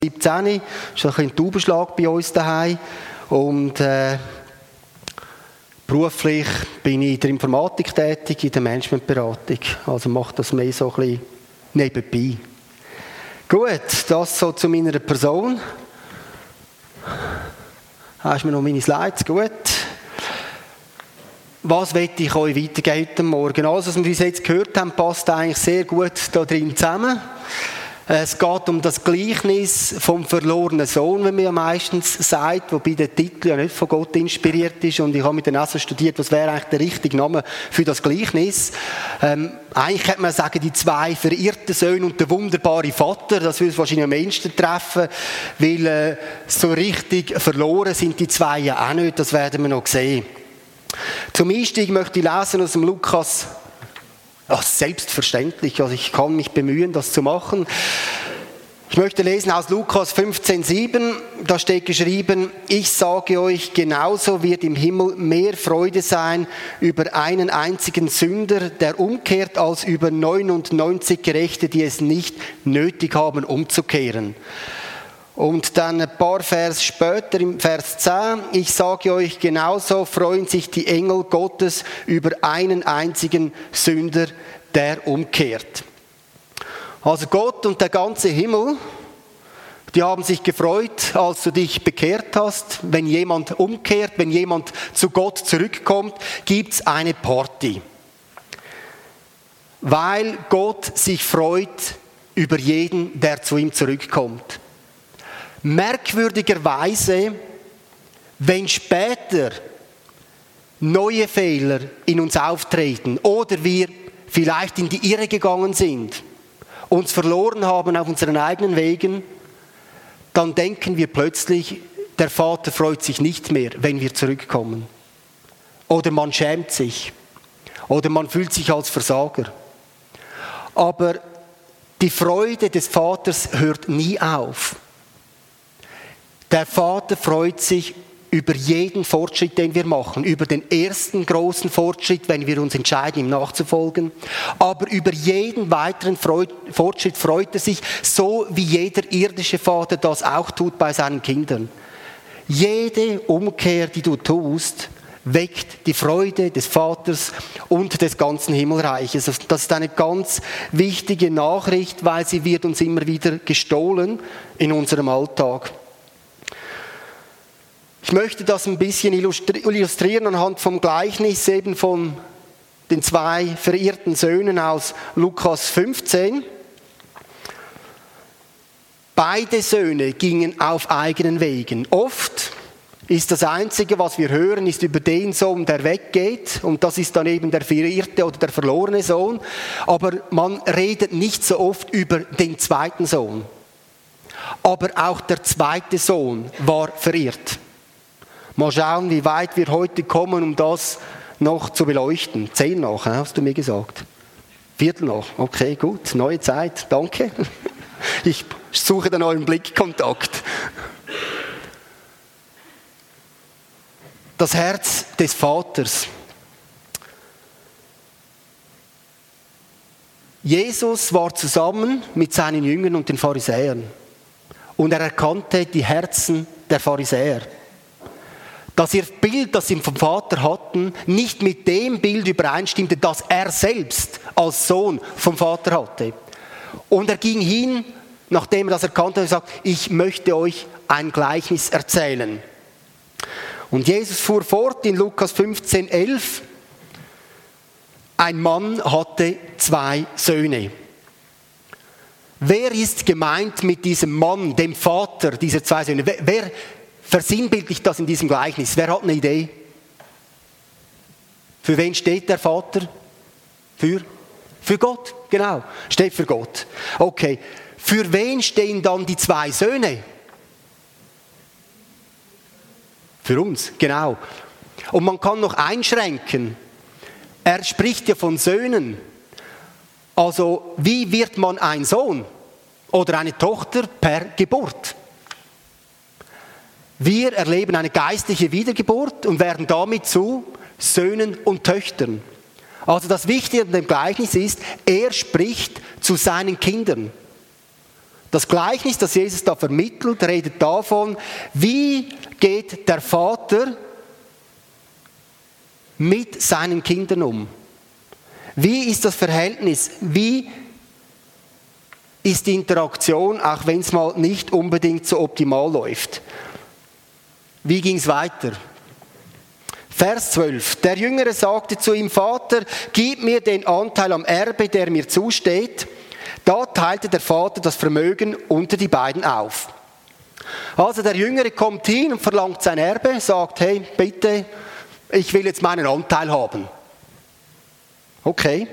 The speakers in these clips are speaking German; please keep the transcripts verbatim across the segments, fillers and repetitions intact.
siebzehn ist ein bisschen ein Taubenschlag bei uns daheim und äh, beruflich bin ich in der Informatik tätig, in der Managementberatung. Also mache das mehr so ein bisschen nebenbei. Gut, das so zu meiner Person. Hast du mir noch meine Slides? Gut. Was möchte ich euch weitergeben heute Morgen? Alles, was wir bis jetzt gehört haben, passt eigentlich sehr gut da drin zusammen. Es geht um das Gleichnis vom verlorenen Sohn, wie man ja meistens sagt, wobei der Titel ja nicht von Gott inspiriert ist. Und ich habe mit den Essen studiert, was wäre eigentlich der richtige Name für das Gleichnis. Ähm, eigentlich könnte man sagen, die zwei verirrten Söhne und der wunderbare Vater, das würde es wahrscheinlich am meisten treffen, weil äh, so richtig verloren sind die zwei ja auch nicht, das werden wir noch sehen. Zum Einstieg möchte ich lesen aus dem Lukas. Ach, selbstverständlich, also ich kann mich bemühen, das zu machen. Ich möchte lesen aus Lukas fünfzehn sieben, da steht geschrieben: Ich sage euch, genauso wird im Himmel mehr Freude sein über einen einzigen Sünder, der umkehrt, als über neunundneunzig Gerechte, die es nicht nötig haben, umzukehren. Und dann ein paar Vers später, im Vers zehn, ich sage euch, genauso freuen sich die Engel Gottes über einen einzigen Sünder, der umkehrt. Also Gott und der ganze Himmel, die haben sich gefreut, als du dich bekehrt hast. Wenn jemand umkehrt, wenn jemand zu Gott zurückkommt, gibt es eine Party. Weil Gott sich freut über jeden, der zu ihm zurückkommt. Merkwürdigerweise, wenn später neue Fehler in uns auftreten oder wir vielleicht in die Irre gegangen sind, uns verloren haben auf unseren eigenen Wegen, dann denken wir plötzlich, der Vater freut sich nicht mehr, wenn wir zurückkommen. Oder man schämt sich. Oder man fühlt sich als Versager. Aber die Freude des Vaters hört nie auf. Der Vater freut sich über jeden Fortschritt, den wir machen, über den ersten großen Fortschritt, wenn wir uns entscheiden, ihm nachzufolgen. Aber über jeden weiteren Fortschritt freut er sich, so wie jeder irdische Vater das auch tut bei seinen Kindern. Jede Umkehr, die du tust, weckt die Freude des Vaters und des ganzen Himmelreiches. Das ist eine ganz wichtige Nachricht, weil sie wird uns immer wieder gestohlen in unserem Alltag. Ich möchte das ein bisschen illustrieren anhand vom Gleichnis eben von den zwei verirrten Söhnen aus Lukas fünfzehn. Beide Söhne gingen auf eigenen Wegen. Oft ist das Einzige, was wir hören, ist über den Sohn, der weggeht. Und das ist dann eben der verirrte oder der verlorene Sohn. Aber man redet nicht so oft über den zweiten Sohn. Aber auch der zweite Sohn war verirrt. Mal schauen, wie weit wir heute kommen, um das noch zu beleuchten. Zehn nach, hast du mir gesagt. Viertel nach. Okay, gut. Neue Zeit. Danke. Ich suche den neuen Blickkontakt. Das Herz des Vaters. Jesus war zusammen mit seinen Jüngern und den Pharisäern. Und er erkannte die Herzen der Pharisäer. Dass ihr Bild, das sie vom Vater hatten, nicht mit dem Bild übereinstimmte, das er selbst als Sohn vom Vater hatte. Und er ging hin, nachdem er das erkannt hat, und sagte, ich möchte euch ein Gleichnis erzählen. Und Jesus fuhr fort in Lukas fünfzehn elf. Ein Mann hatte zwei Söhne. Wer ist gemeint mit diesem Mann, dem Vater dieser zwei Söhne? Wer, wer versinnbildlicht das in diesem Gleichnis? Wer hat eine Idee? Für wen steht der Vater? Für? Für Gott, genau. Steht für Gott. Okay. Für wen stehen dann die zwei Söhne? Für uns, genau. Und man kann noch einschränken. Er spricht ja von Söhnen. Also, wie wird man ein Sohn oder eine Tochter per Geburt? Wir erleben eine geistliche Wiedergeburt und werden damit zu Söhnen und Töchtern. Also das Wichtige an dem Gleichnis ist, er spricht zu seinen Kindern. Das Gleichnis, das Jesus da vermittelt, redet davon, wie geht der Vater mit seinen Kindern um? Wie ist das Verhältnis? Wie ist die Interaktion, auch wenn es mal nicht unbedingt so optimal läuft? Wie ging es weiter? Vers zwölf. Der Jüngere sagte zu ihm: Vater, gib mir den Anteil am Erbe, der mir zusteht. Da teilte der Vater das Vermögen unter die beiden auf. Also der Jüngere kommt hin und verlangt sein Erbe, sagt: Hey, bitte, ich will jetzt meinen Anteil haben. Okay.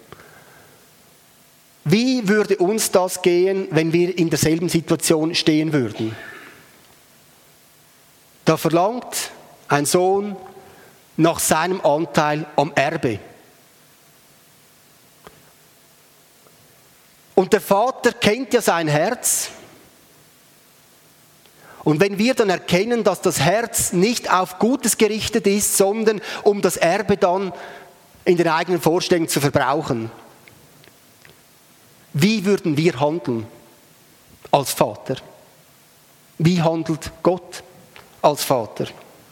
Wie würde uns das gehen, wenn wir in derselben Situation stehen würden? Da verlangt ein Sohn nach seinem Anteil am Erbe. Und der Vater kennt ja sein Herz. Und wenn wir dann erkennen, dass das Herz nicht auf Gutes gerichtet ist, sondern um das Erbe dann in den eigenen Vorstellungen zu verbrauchen, wie würden wir handeln als Vater? Wie handelt Gott als Vater?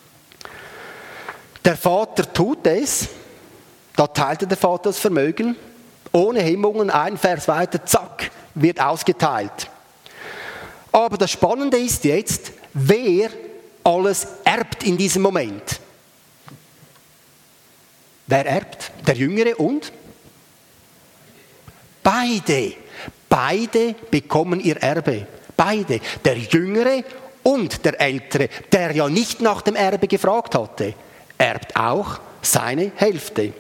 Der Vater tut es, da teilte der Vater das Vermögen, ohne Hemmungen, ein Vers weiter, zack, wird ausgeteilt. Aber das Spannende ist jetzt, wer alles erbt in diesem Moment. Wer erbt? Der Jüngere und? Beide. Beide bekommen ihr Erbe. Beide. Der Jüngere und der Ältere, der ja nicht nach dem Erbe gefragt hatte, erbt auch seine Hälfte.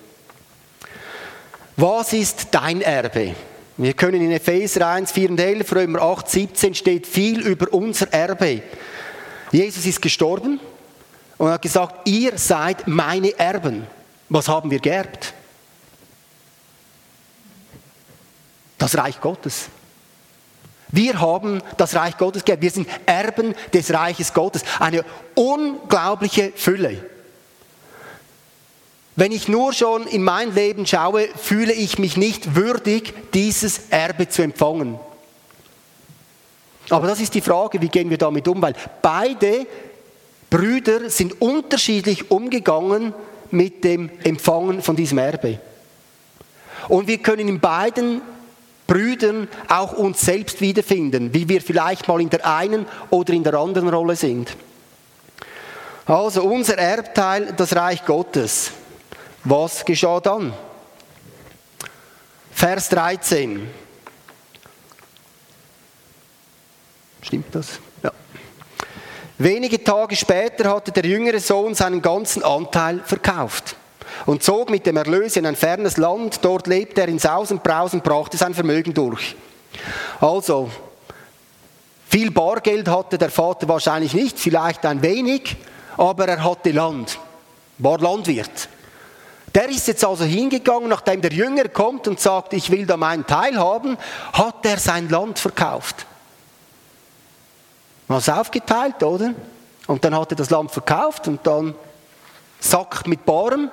Was ist dein Erbe? Wir können in Epheser eins, vier und elf, Römer acht, siebzehn steht viel über unser Erbe. Jesus ist gestorben und hat gesagt: Ihr seid meine Erben. Was haben wir geerbt? Das Reich Gottes. Wir haben das Reich Gottes geerbt. Wir sind Erben des Reiches Gottes. Eine unglaubliche Fülle. Wenn ich nur schon in mein Leben schaue, fühle ich mich nicht würdig, dieses Erbe zu empfangen. Aber das ist die Frage, wie gehen wir damit um? Weil beide Brüder sind unterschiedlich umgegangen mit dem Empfangen von diesem Erbe. Und wir können in beiden Brüdern auch uns selbst wiederfinden, wie wir vielleicht mal in der einen oder in der anderen Rolle sind. Also unser Erbteil, das Reich Gottes. Was geschah dann? Vers dreizehn. Stimmt das? Ja. Wenige Tage später hatte der jüngere Sohn seinen ganzen Anteil verkauft und zog mit dem Erlös in ein fernes Land. Dort lebte er in Saus und Braus und brachte sein Vermögen durch. Also, viel Bargeld hatte der Vater wahrscheinlich nicht, vielleicht ein wenig, aber er hatte Land, war Landwirt. Der ist jetzt also hingegangen, nachdem der Jünger kommt und sagt: Ich will da meinen Teil haben, hat er sein Land verkauft. Man hat es aufgeteilt, oder? Und dann hat er das Land verkauft und dann Sack mit Barem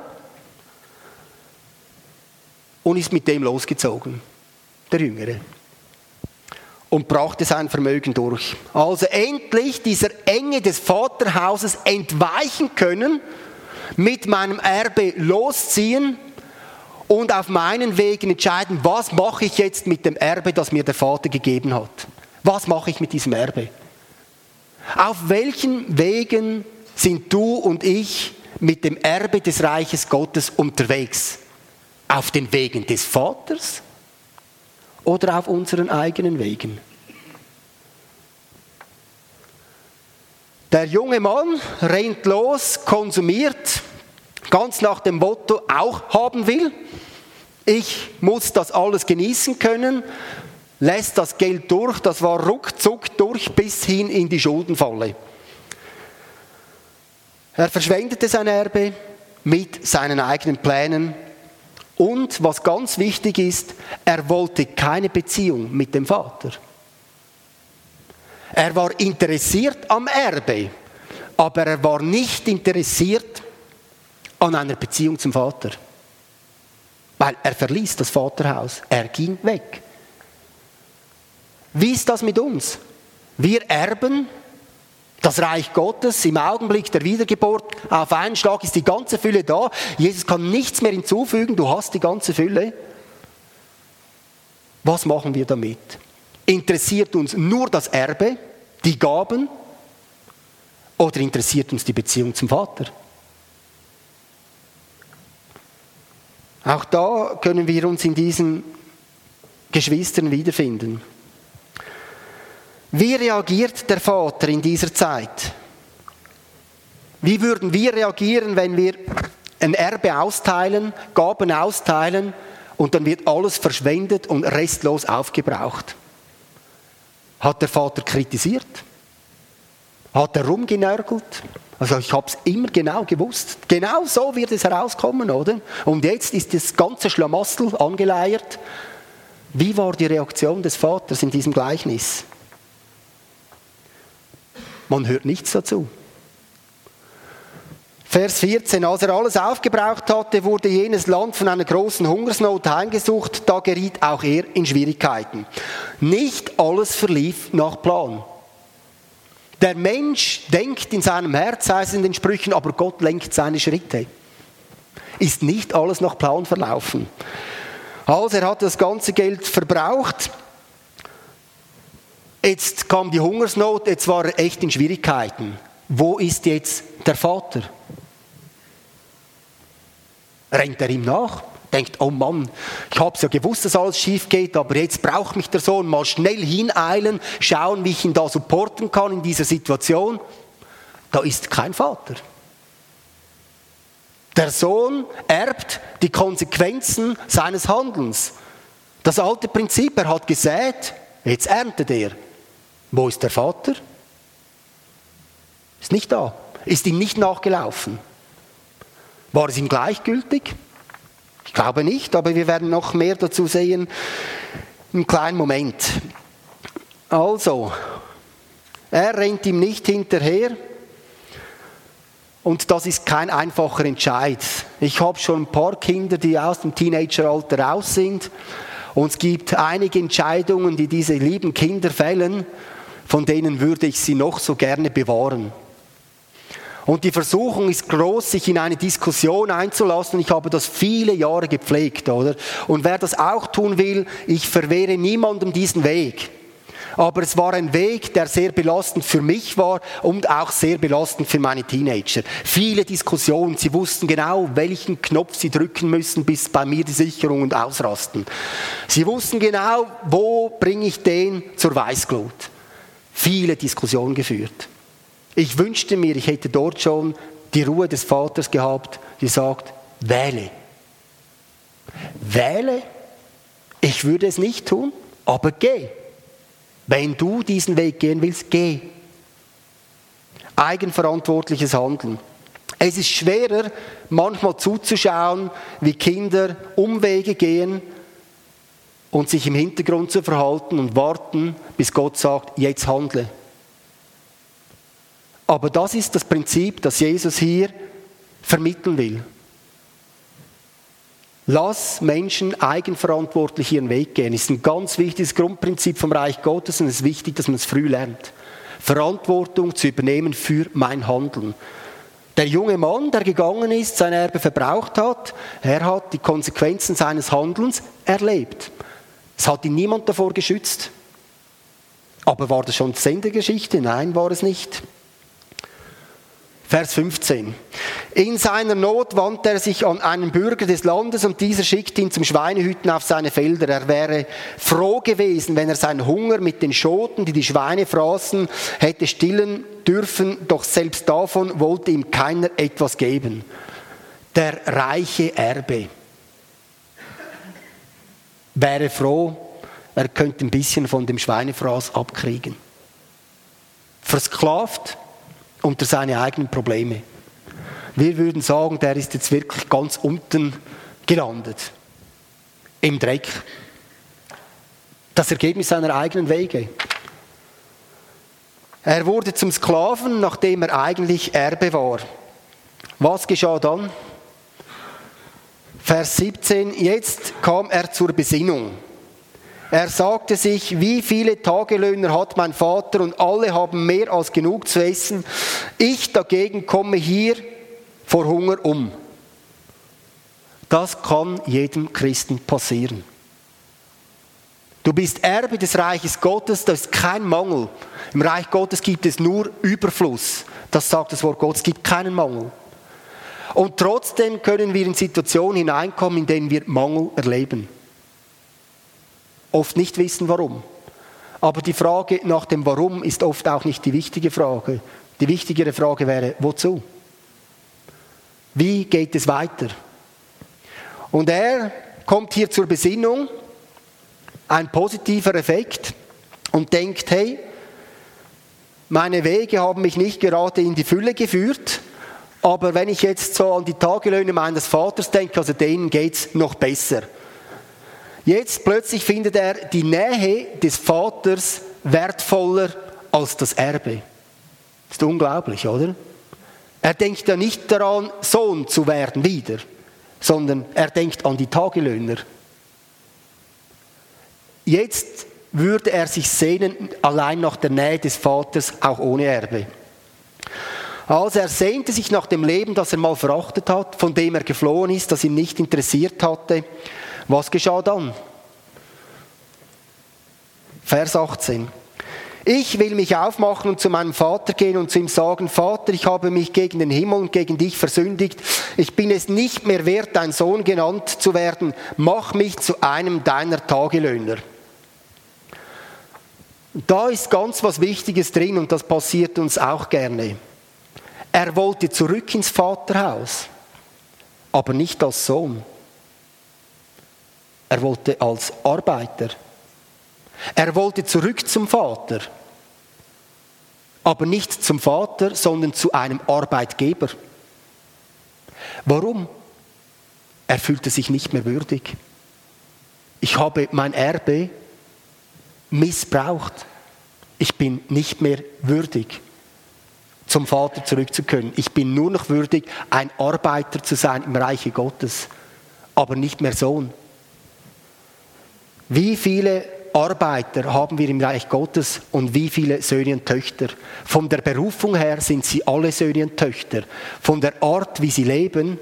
und ist mit dem losgezogen, der Jüngere. Und brachte sein Vermögen durch. Also endlich dieser Enge des Vaterhauses entweichen können, mit meinem Erbe losziehen und auf meinen Wegen entscheiden, was mache ich jetzt mit dem Erbe, das mir der Vater gegeben hat. Was mache ich mit diesem Erbe? Auf welchen Wegen sind du und ich mit dem Erbe des Reiches Gottes unterwegs? Auf den Wegen des Vaters oder auf unseren eigenen Wegen? Der junge Mann rennt los, konsumiert, ganz nach dem Motto: auch haben will. Ich muss das alles genießen können, lässt das Geld durch, das war ruckzuck durch bis hin in die Schuldenfalle. Er verschwendete sein Erbe mit seinen eigenen Plänen und, was ganz wichtig ist, er wollte keine Beziehung mit dem Vater. Er war interessiert am Erbe, aber er war nicht interessiert an einer Beziehung zum Vater. Weil er verließ das Vaterhaus, er ging weg. Wie ist das mit uns? Wir erben das Reich Gottes im Augenblick der Wiedergeburt. Auf einen Schlag ist die ganze Fülle da. Jesus kann nichts mehr hinzufügen. Du hast die ganze Fülle. Was machen wir damit? Interessiert uns nur das Erbe, die Gaben, oder interessiert uns die Beziehung zum Vater? Auch da können wir uns in diesen Geschwistern wiederfinden. Wie reagiert der Vater in dieser Zeit? Wie würden wir reagieren, wenn wir ein Erbe austeilen, Gaben austeilen und dann wird alles verschwendet und restlos aufgebraucht? Hat der Vater kritisiert? Hat er rumgenörgelt? Also ich habe es immer genau gewusst. Genau so wird es herauskommen, oder? Und jetzt ist das ganze Schlamassel angeleiert. Wie war die Reaktion des Vaters in diesem Gleichnis? Man hört nichts dazu. Vers vierzehn. Als er alles aufgebraucht hatte, wurde jenes Land von einer großen Hungersnot heimgesucht. Da geriet auch er in Schwierigkeiten. Nicht alles verlief nach Plan. Der Mensch denkt in seinem Herz, heißt es in den Sprüchen, aber Gott lenkt seine Schritte. Ist nicht alles nach Plan verlaufen. Also er hat das ganze Geld verbraucht. Jetzt kam die Hungersnot, jetzt war er echt in Schwierigkeiten. Wo ist jetzt der Vater? Rennt er ihm nach? Denkt, oh Mann, ich habe es ja gewusst, dass alles schief geht, aber jetzt braucht mich der Sohn mal schnell hineilen, schauen, wie ich ihn da supporten kann in dieser Situation. Da ist kein Vater. Der Sohn erbt die Konsequenzen seines Handelns. Das alte Prinzip, er hat gesät, jetzt erntet er. Wo ist der Vater? Ist nicht da, ist ihm nicht nachgelaufen. War es ihm gleichgültig? Ich glaube nicht, aber wir werden noch mehr dazu sehen im kleinen Moment. Also, er rennt ihm nicht hinterher und das ist kein einfacher Entscheid. Ich habe schon ein paar Kinder, die aus dem Teenageralter raus sind und es gibt einige Entscheidungen, die diese lieben Kinder fällen, von denen würde ich sie noch so gerne bewahren. Und die Versuchung ist groß, sich in eine Diskussion einzulassen. Ich habe das viele Jahre gepflegt, oder? Und wer das auch tun will, ich verwehre niemandem diesen Weg. Aber es war ein Weg, der sehr belastend für mich war und auch sehr belastend für meine Teenager. Viele Diskussionen, sie wussten genau, welchen Knopf sie drücken müssen, bis bei mir die Sicherungen ausrasten. Sie wussten genau, wo bringe ich den zur Weißglut. Viele Diskussionen geführt. Ich wünschte mir, ich hätte dort schon die Ruhe des Vaters gehabt, die sagt, wähle. Wähle, ich würde es nicht tun, aber geh. Wenn du diesen Weg gehen willst, geh. Eigenverantwortliches Handeln. Es ist schwerer, manchmal zuzuschauen, wie Kinder Umwege gehen und sich im Hintergrund zu verhalten und warten, bis Gott sagt, jetzt handle. Aber das ist das Prinzip, das Jesus hier vermitteln will. Lass Menschen eigenverantwortlich ihren Weg gehen. Das ist ein ganz wichtiges Grundprinzip vom Reich Gottes und es ist wichtig, dass man es früh lernt. Verantwortung zu übernehmen für mein Handeln. Der junge Mann, der gegangen ist, sein Erbe verbraucht hat, er hat die Konsequenzen seines Handelns erlebt. Es hat ihn niemand davor geschützt. Aber war das schon Sendegeschichte? Nein, war es nicht. Vers fünfzehn. In seiner Not wandte er sich an einen Bürger des Landes und dieser schickte ihn zum Schweinehüten auf seine Felder. Er wäre froh gewesen, wenn er seinen Hunger mit den Schoten, die die Schweine fraßen, hätte stillen dürfen, doch selbst davon wollte ihm keiner etwas geben. Der reiche Erbe wäre froh, er könnte ein bisschen von dem Schweinefraß abkriegen. Versklavt unter seine eigenen Probleme. Wir würden sagen, der ist jetzt wirklich ganz unten gelandet. Im Dreck. Das Ergebnis seiner eigenen Wege. Er wurde zum Sklaven, nachdem er eigentlich Erbe war. Was geschah dann? Vers siebzehn. Jetzt kam er zur Besinnung. Er sagte sich, wie viele Tagelöhner hat mein Vater und alle haben mehr als genug zu essen. Ich dagegen komme hier vor Hunger um. Das kann jedem Christen passieren. Du bist Erbe des Reiches Gottes, da ist kein Mangel. Im Reich Gottes gibt es nur Überfluss. Das sagt das Wort Gottes, es gibt keinen Mangel. Und trotzdem können wir in Situationen hineinkommen, in denen wir Mangel erleben. Oft nicht wissen, warum. Aber die Frage nach dem Warum ist oft auch nicht die wichtige Frage. Die wichtigere Frage wäre, wozu? Wie geht es weiter? Und er kommt hier zur Besinnung, ein positiver Effekt, und denkt, hey, meine Wege haben mich nicht gerade in die Fülle geführt, aber wenn ich jetzt so an die Tagelöhne meines Vaters denke, also denen geht es noch besser. Jetzt plötzlich findet er die Nähe des Vaters wertvoller als das Erbe. Ist unglaublich, oder? Er denkt ja nicht daran, Sohn zu werden wieder, sondern er denkt an die Tagelöhner. Jetzt würde er sich sehnen, allein nach der Nähe des Vaters, auch ohne Erbe. Also er sehnte sich nach dem Leben, das er mal verachtet hat, von dem er geflohen ist, das ihn nicht interessiert hatte. Was geschah dann? Vers achtzehn. Ich will mich aufmachen und zu meinem Vater gehen und zu ihm sagen, Vater, ich habe mich gegen den Himmel und gegen dich versündigt. Ich bin es nicht mehr wert, dein Sohn genannt zu werden. Mach mich zu einem deiner Tagelöhner. Da ist ganz was Wichtiges drin und das passiert uns auch gerne. Er wollte zurück ins Vaterhaus, aber nicht als Sohn. Er wollte als Arbeiter. Er wollte zurück zum Vater. Aber nicht zum Vater, sondern zu einem Arbeitgeber. Warum? Er fühlte sich nicht mehr würdig. Ich habe mein Erbe missbraucht. Ich bin nicht mehr würdig, zum Vater zurückzukehren. Ich bin nur noch würdig, ein Arbeiter zu sein im Reiche Gottes, aber nicht mehr Sohn. Wie viele Arbeiter haben wir im Reich Gottes und wie viele Söhne und Töchter? Von der Berufung her sind sie alle Söhne und Töchter. Von der Art, wie sie leben,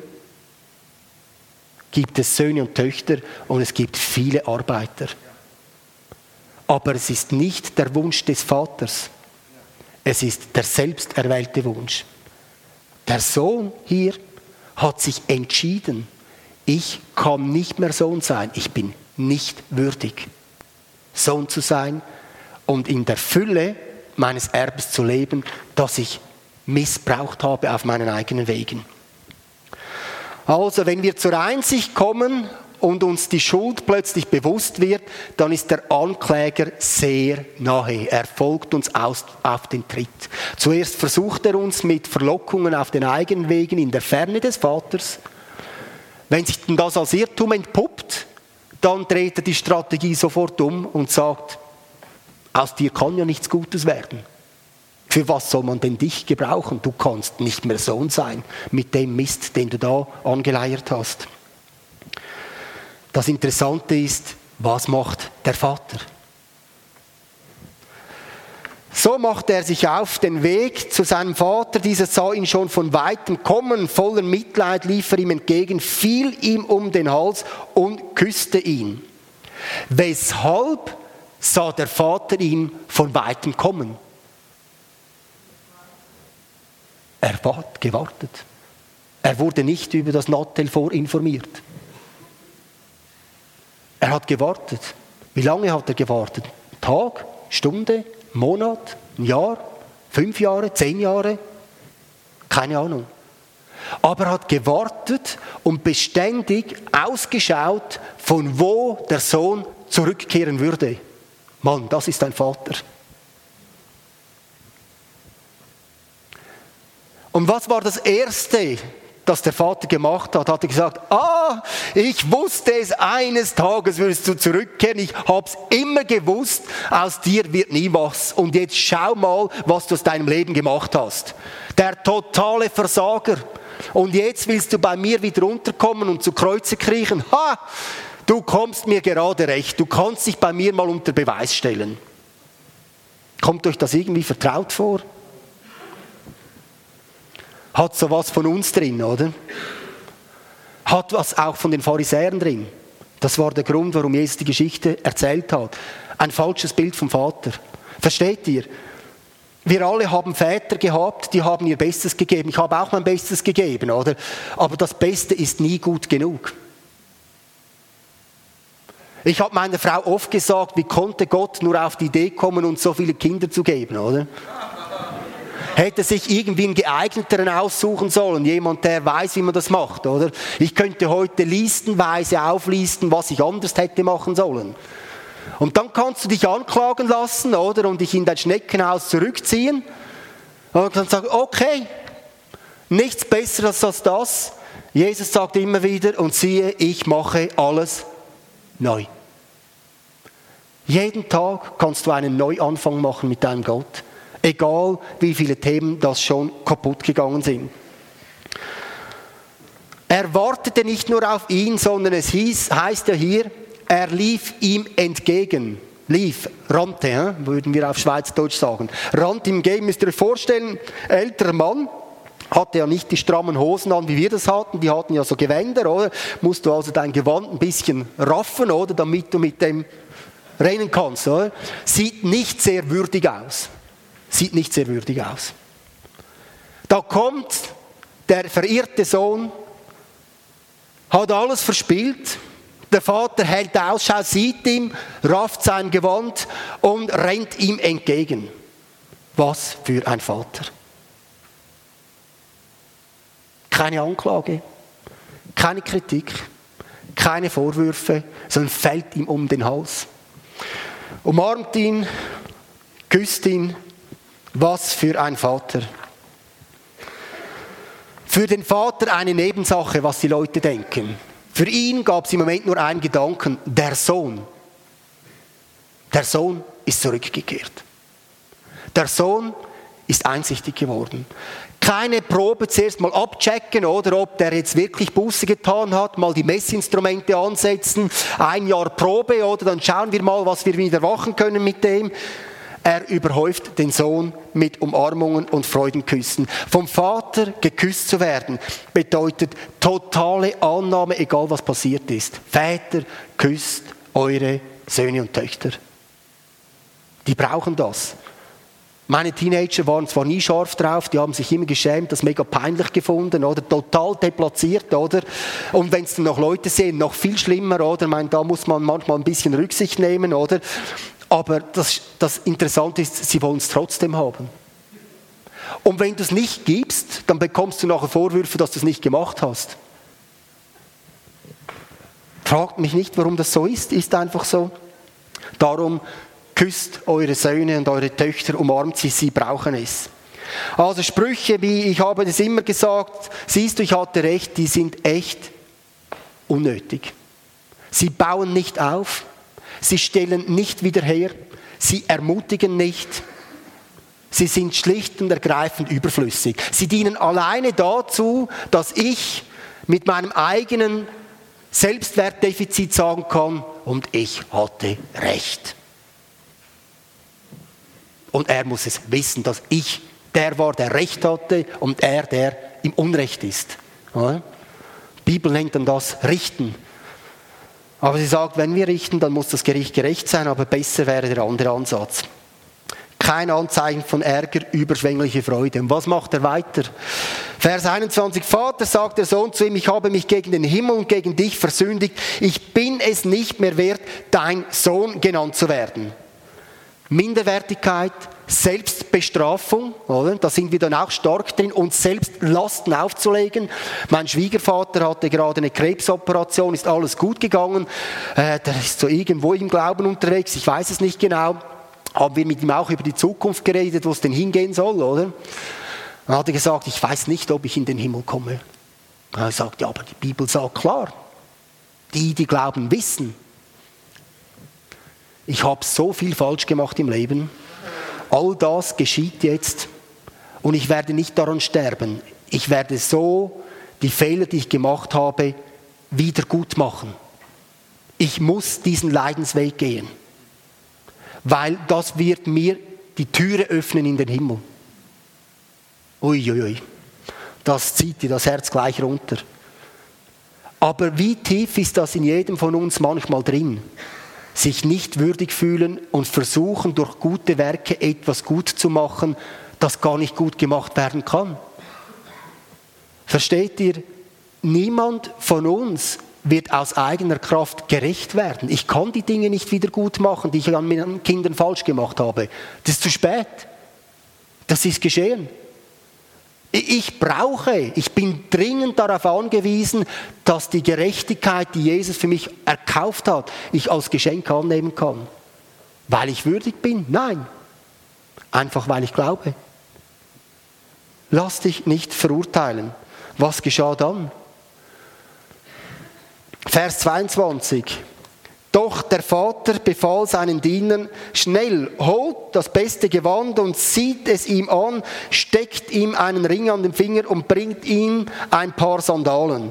gibt es Söhne und Töchter und es gibt viele Arbeiter. Aber es ist nicht der Wunsch des Vaters. Es ist der selbst erwählte Wunsch. Der Sohn hier hat sich entschieden, ich kann nicht mehr Sohn sein, ich bin nicht würdig, Sohn zu sein und in der Fülle meines Erbes zu leben, das ich missbraucht habe auf meinen eigenen Wegen. Also, wenn wir zur Einsicht kommen und uns die Schuld plötzlich bewusst wird, dann ist der Ankläger sehr nahe. Er folgt uns aus, auf den Tritt. Zuerst versucht er uns mit Verlockungen auf den eigenen Wegen in der Ferne des Vaters. Wenn sich dann das als Irrtum entpuppt, dann dreht er die Strategie sofort um und sagt, aus dir kann ja nichts Gutes werden. Für was soll man denn dich gebrauchen? Du kannst nicht mehr Sohn sein mit dem Mist, den du da angeleiert hast. Das Interessante ist, was macht der Vater? So machte er sich auf den Weg zu seinem Vater. Dieser sah ihn schon von weitem kommen, voller Mitleid lief er ihm entgegen, fiel ihm um den Hals und küsste ihn. Weshalb sah der Vater ihn von weitem kommen? Er hat gewartet. Er wurde nicht über das Nattel vorinformiert. Er hat gewartet. Wie lange hat er gewartet? Tag, Stunde, Monat, ein Jahr, fünf Jahre, zehn Jahre? Keine Ahnung. Aber er hat gewartet und beständig ausgeschaut, von wo der Sohn zurückkehren würde. Mann, das ist ein Vater. Und was war das Erste, das der Vater gemacht hat? Hat er gesagt, ah, ich wusste es, eines Tages wirst du zurückkehren. Ich habe es immer gewusst, aus dir wird nie was. Und jetzt schau mal, was du aus deinem Leben gemacht hast. Der totale Versager. Und jetzt willst du bei mir wieder runterkommen und zu Kreuze kriechen. Ha! du kommst mir gerade recht, du kannst dich bei mir mal unter Beweis stellen. Kommt euch das irgendwie vertraut vor? Hat sowas von uns drin, oder? Hat was auch von den Pharisäern drin. Das war der Grund, warum Jesus die Geschichte erzählt hat. Ein falsches Bild vom Vater. Versteht ihr? Wir alle haben Väter gehabt, die haben ihr Bestes gegeben. Ich habe auch mein Bestes gegeben, oder? Aber das Beste ist nie gut genug. Ich habe meiner Frau oft gesagt, wie konnte Gott nur auf die Idee kommen, uns so viele Kinder zu geben, oder? Hätte sich irgendwie einen geeigneteren aussuchen sollen, jemand, der weiß, wie man das macht, oder? Ich könnte heute listenweise auflisten, was ich anders hätte machen sollen. Und dann kannst du dich anklagen lassen, oder? Und dich in dein Schneckenhaus zurückziehen. Und dann sagen, okay, nichts Besseres als das. Jesus sagt immer wieder, und siehe, ich mache alles neu. Jeden Tag kannst du einen Neuanfang machen mit deinem Gott. Egal, wie viele Themen das schon kaputt gegangen sind. Er wartete nicht nur auf ihn, sondern es hieß, heißt ja hier, er lief ihm entgegen. Lief, rannte, ja, würden wir auf Schweizerdeutsch sagen. Rannte ihm entgegen, müsst ihr euch vorstellen, älterer Mann, hatte ja nicht die strammen Hosen an, wie wir das hatten. Die hatten ja so Gewänder, oder? Musst du also dein Gewand ein bisschen raffen, oder? Damit du mit dem rennen kannst, oder? Sieht nicht sehr würdig aus. Sieht nicht sehr würdig aus. Da kommt der verirrte Sohn, hat alles verspielt. Der Vater hält Ausschau, sieht ihn, rafft sein Gewand und rennt ihm entgegen. Was für ein Vater. Keine Anklage, keine Kritik, keine Vorwürfe, sondern fällt ihm um den Hals. Umarmt ihn, küsst ihn. Was für ein Vater. Für den Vater eine Nebensache, was die Leute denken. Für ihn gab es im Moment nur einen Gedanken, der Sohn. Der Sohn ist zurückgekehrt. Der Sohn ist einsichtig geworden. Keine Probe zuerst mal abchecken, oder ob der jetzt wirklich Buße getan hat, mal die Messinstrumente ansetzen, ein Jahr Probe, oder dann schauen wir mal, was wir wieder machen können mit dem. Er überhäuft den Sohn mit Umarmungen und Freudenküssen. Vom Vater geküsst zu werden, bedeutet totale Annahme, egal was passiert ist. Väter, küsst eure Söhne und Töchter. Die brauchen das. Meine Teenager waren zwar nie scharf drauf, die haben sich immer geschämt, das mega peinlich gefunden, oder? Total deplatziert, oder? Und wenn es dann noch Leute sehen, noch viel schlimmer, oder? Ich meine, da muss man manchmal ein bisschen Rücksicht nehmen, oder? Aber das, das Interessante ist, sie wollen es trotzdem haben. Und wenn du es nicht gibst, dann bekommst du nachher Vorwürfe, dass du es nicht gemacht hast. Fragt mich nicht, warum das so ist, ist einfach so. Darum küsst eure Söhne und eure Töchter, umarmt sie, sie brauchen es. Also Sprüche wie, ich habe das immer gesagt, siehst du, ich hatte recht, die sind echt unnötig. Sie bauen nicht auf. Sie stellen nicht wieder her, sie ermutigen nicht, sie sind schlicht und ergreifend überflüssig. Sie dienen alleine dazu, dass ich mit meinem eigenen Selbstwertdefizit sagen kann, und ich hatte recht. Und er muss es wissen, dass ich der war, der Recht hatte und er, der im Unrecht ist. Die Bibel nennt dann das Richten. Aber sie sagt, wenn wir richten, dann muss das Gericht gerecht sein, aber besser wäre der andere Ansatz. Kein Anzeichen von Ärger, überschwängliche Freude. Und was macht er weiter? Vers einundzwanzig, Vater, sagt der Sohn zu ihm, ich habe mich gegen den Himmel und gegen dich versündigt. Ich bin es nicht mehr wert, dein Sohn genannt zu werden. Minderwertigkeit, Selbstbestrafung, oder? Da sind wir dann auch stark drin, uns selbst Lasten aufzulegen. Mein Schwiegervater hatte gerade eine Krebsoperation, ist alles gut gegangen. Äh, der ist so irgendwo im Glauben unterwegs, ich weiß es nicht genau. Haben wir mit ihm auch über die Zukunft geredet, wo es denn hingehen soll, oder? Dann hat er gesagt, ich weiß nicht, ob ich in den Himmel komme. Er sagt, ja, aber die Bibel sagt klar, die, die glauben, wissen. Ich habe so viel falsch gemacht im Leben. All das geschieht jetzt und ich werde nicht daran sterben. Ich werde so die Fehler, die ich gemacht habe, wieder gut machen. Ich muss diesen Leidensweg gehen, weil das wird mir die Türe öffnen in den Himmel. Uiuiui, ui, ui. Das zieht dir das Herz gleich runter. Aber wie tief ist das in jedem von uns manchmal drin? Sich nicht würdig fühlen und versuchen, durch gute Werke etwas gut zu machen, das gar nicht gut gemacht werden kann. Versteht ihr? Niemand von uns wird aus eigener Kraft gerecht werden. Ich kann die Dinge nicht wieder gut machen, die ich an meinen Kindern falsch gemacht habe. Das ist zu spät. Das ist geschehen. Ich brauche, ich bin dringend darauf angewiesen, dass die Gerechtigkeit, die Jesus für mich erkauft hat, ich als Geschenk annehmen kann. Weil ich würdig bin? Nein. Einfach weil ich glaube. Lass dich nicht verurteilen. Was geschah dann? Vers zweiundzwanzig. Doch der Vater befahl seinen Dienern, schnell, holt das beste Gewand und zieht es ihm an, steckt ihm einen Ring an den Finger und bringt ihm ein paar Sandalen.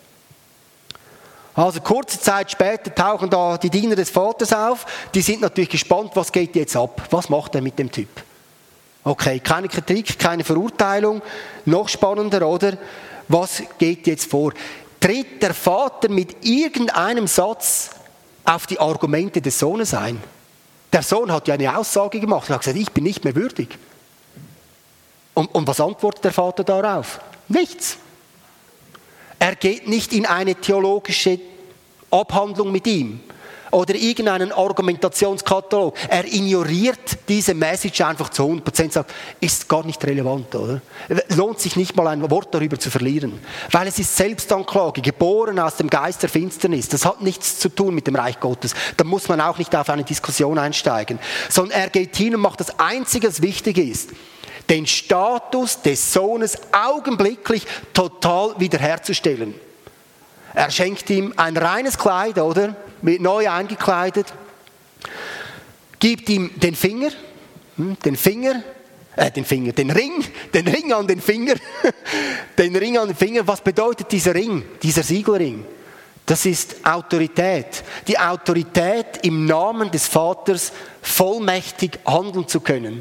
Also kurze Zeit später tauchen da die Diener des Vaters auf. Die sind natürlich gespannt, was geht jetzt ab? Was macht er mit dem Typ? Okay, keine Kritik, keine Verurteilung. Noch spannender, oder? Was geht jetzt vor? Tritt der Vater mit irgendeinem Satz auf die Argumente des Sohnes ein? Der Sohn hat ja eine Aussage gemacht. Er hat gesagt, ich bin nicht mehr würdig. Und, und was antwortet der Vater darauf? Nichts. Er geht nicht in eine theologische Abhandlung mit ihm oder irgendeinen Argumentationskatalog. Er ignoriert diese Message einfach zu hundert Prozent, sagt, ist gar nicht relevant, oder? Lohnt sich nicht mal ein Wort darüber zu verlieren. Weil es ist Selbstanklage, geboren aus dem Geist der Finsternis. Das hat nichts zu tun mit dem Reich Gottes. Da muss man auch nicht auf eine Diskussion einsteigen. Sondern er geht hin und macht das Einzige, was wichtig ist. Den Status des Sohnes augenblicklich total wiederherzustellen. Er schenkt ihm ein reines Kleid, oder? Wird neu eingekleidet. Gibt ihm den Finger, den Finger, äh, den Finger, den Ring, den Ring an den Finger. Den Ring an den Finger. Was bedeutet dieser Ring, dieser Siegelring? Das ist Autorität. Die Autorität, im Namen des Vaters vollmächtig handeln zu können.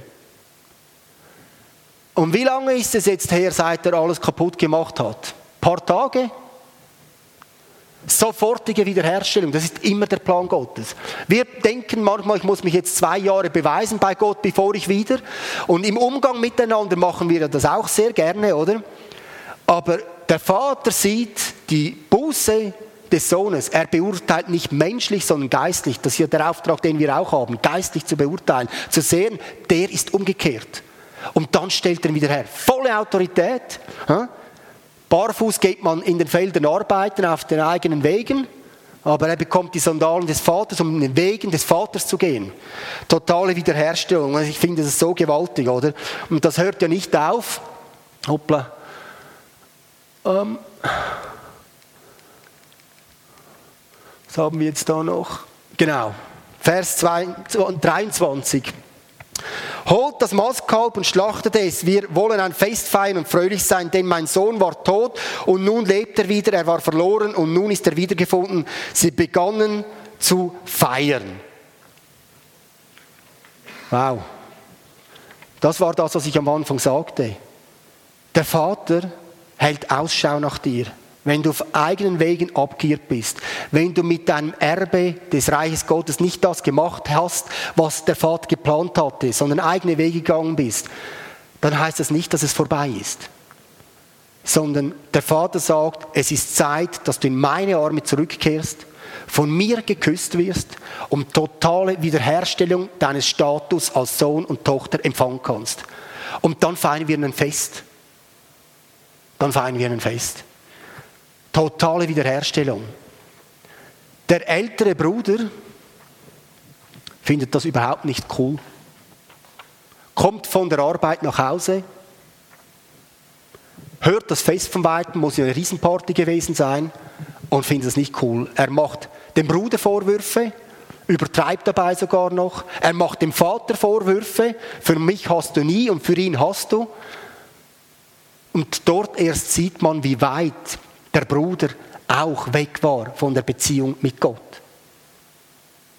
Und wie lange ist es jetzt her, seit er alles kaputt gemacht hat? Ein paar Tage? Sofortige Wiederherstellung, das ist immer der Plan Gottes. Wir denken manchmal, ich muss mich jetzt zwei Jahre beweisen bei Gott, bevor ich wieder. Und im Umgang miteinander machen wir das auch sehr gerne, oder? Aber der Vater sieht die Buße des Sohnes. Er beurteilt nicht menschlich, sondern geistlich. Das ist ja der Auftrag, den wir auch haben, geistlich zu beurteilen, zu sehen, der ist umgekehrt. Und dann stellt er ihn wieder her. Volle Autorität. Barfuß geht man in den Feldern arbeiten, auf den eigenen Wegen. Aber er bekommt die Sandalen des Vaters, um in den Wegen des Vaters zu gehen. Totale Wiederherstellung. Ich finde das so gewaltig, oder? Und das hört ja nicht auf. Hoppla. Ähm. Was haben wir jetzt da noch? Genau. Vers dreiundzwanzig. Holt das Mastkalb und schlachtet es. Wir wollen ein Fest feiern und fröhlich sein, denn mein Sohn war tot und nun lebt er wieder. Er war verloren und nun ist er wiedergefunden. Sie begannen zu feiern. Wow. Das war das, was ich am Anfang sagte. Der Vater hält Ausschau nach dir. Wenn du auf eigenen Wegen abgeirrt bist, wenn du mit deinem Erbe des Reiches Gottes nicht das gemacht hast, was der Vater geplant hatte, sondern eigene Wege gegangen bist, dann heißt das nicht, dass es vorbei ist. Sondern der Vater sagt, es ist Zeit, dass du in meine Arme zurückkehrst, von mir geküsst wirst, um totale Wiederherstellung deines Status als Sohn und Tochter empfangen kannst. Und dann feiern wir ein Fest. Dann feiern wir ein Fest. Totale Wiederherstellung. Der ältere Bruder findet das überhaupt nicht cool. Kommt von der Arbeit nach Hause, hört das Fest von Weitem, muss ja eine Riesenparty gewesen sein und findet es nicht cool. Er macht dem Bruder Vorwürfe, übertreibt dabei sogar noch. Er macht dem Vater Vorwürfe, für mich hast du nie und für ihn hast du. Und dort erst sieht man, wie weit der Bruder auch weg war von der Beziehung mit Gott.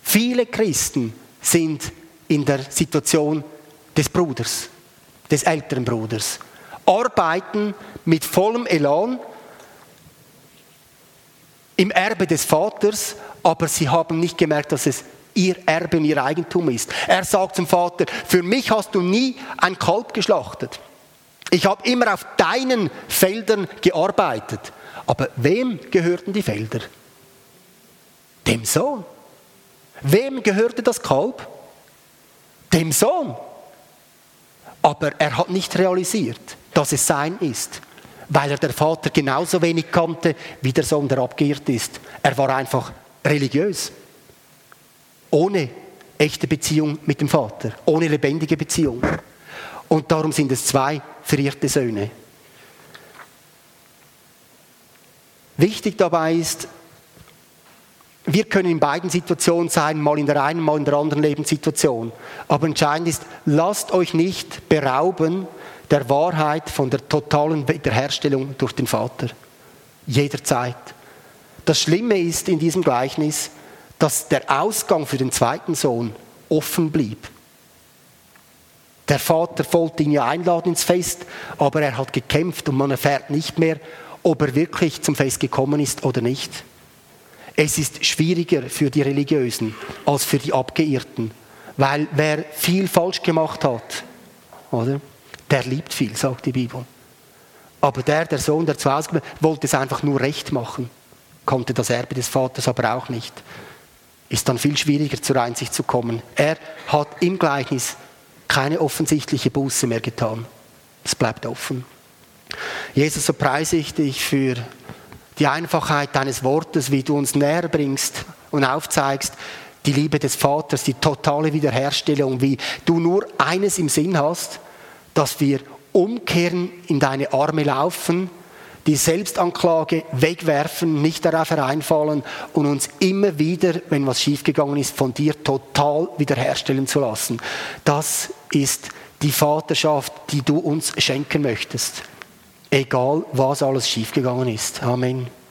Viele Christen sind in der Situation des Bruders, des älteren Bruders, arbeiten mit vollem Elan im Erbe des Vaters, aber sie haben nicht gemerkt, dass es ihr Erbe und ihr Eigentum ist. Er sagt zum Vater, für mich hast du nie ein Kalb geschlachtet. Ich habe immer auf deinen Feldern gearbeitet. Aber wem gehörten die Felder? Dem Sohn. Wem gehörte das Kalb? Dem Sohn. Aber er hat nicht realisiert, dass es sein ist, weil er der Vater genauso wenig kannte, wie der Sohn, der abgeirrt ist. Er war einfach religiös. Ohne echte Beziehung mit dem Vater. Ohne lebendige Beziehung. Und darum sind es zwei verirrte Söhne. Wichtig dabei ist, wir können in beiden Situationen sein, mal in der einen, mal in der anderen Lebenssituation. Aber entscheidend ist, lasst euch nicht berauben der Wahrheit von der totalen Wiederherstellung durch den Vater. Jederzeit. Das Schlimme ist in diesem Gleichnis, dass der Ausgang für den zweiten Sohn offen blieb. Der Vater wollte ihn ja einladen ins Fest, aber er hat gekämpft und man erfährt nicht mehr, ob er wirklich zum Fest gekommen ist oder nicht. Es ist schwieriger für die Religiösen als für die Abgeirrten, weil wer viel falsch gemacht hat, oder, der liebt viel, sagt die Bibel. Aber der, der Sohn, der zu Hause war, wollte es einfach nur recht machen, konnte das Erbe des Vaters aber auch nicht. Ist dann viel schwieriger zur Einsicht zu kommen. Er hat im Gleichnis keine offensichtliche Buße mehr getan. Es bleibt offen. Jesus, so preise ich dich für die Einfachheit deines Wortes, wie du uns näher bringst und aufzeigst, die Liebe des Vaters, die totale Wiederherstellung, wie du nur eines im Sinn hast, dass wir umkehren, in deine Arme laufen, die Selbstanklage wegwerfen, nicht darauf hereinfallen und uns immer wieder, wenn was schiefgegangen ist, von dir total wiederherstellen zu lassen. Das ist die Vaterschaft, die du uns schenken möchtest. Egal, was alles schiefgegangen ist. Amen.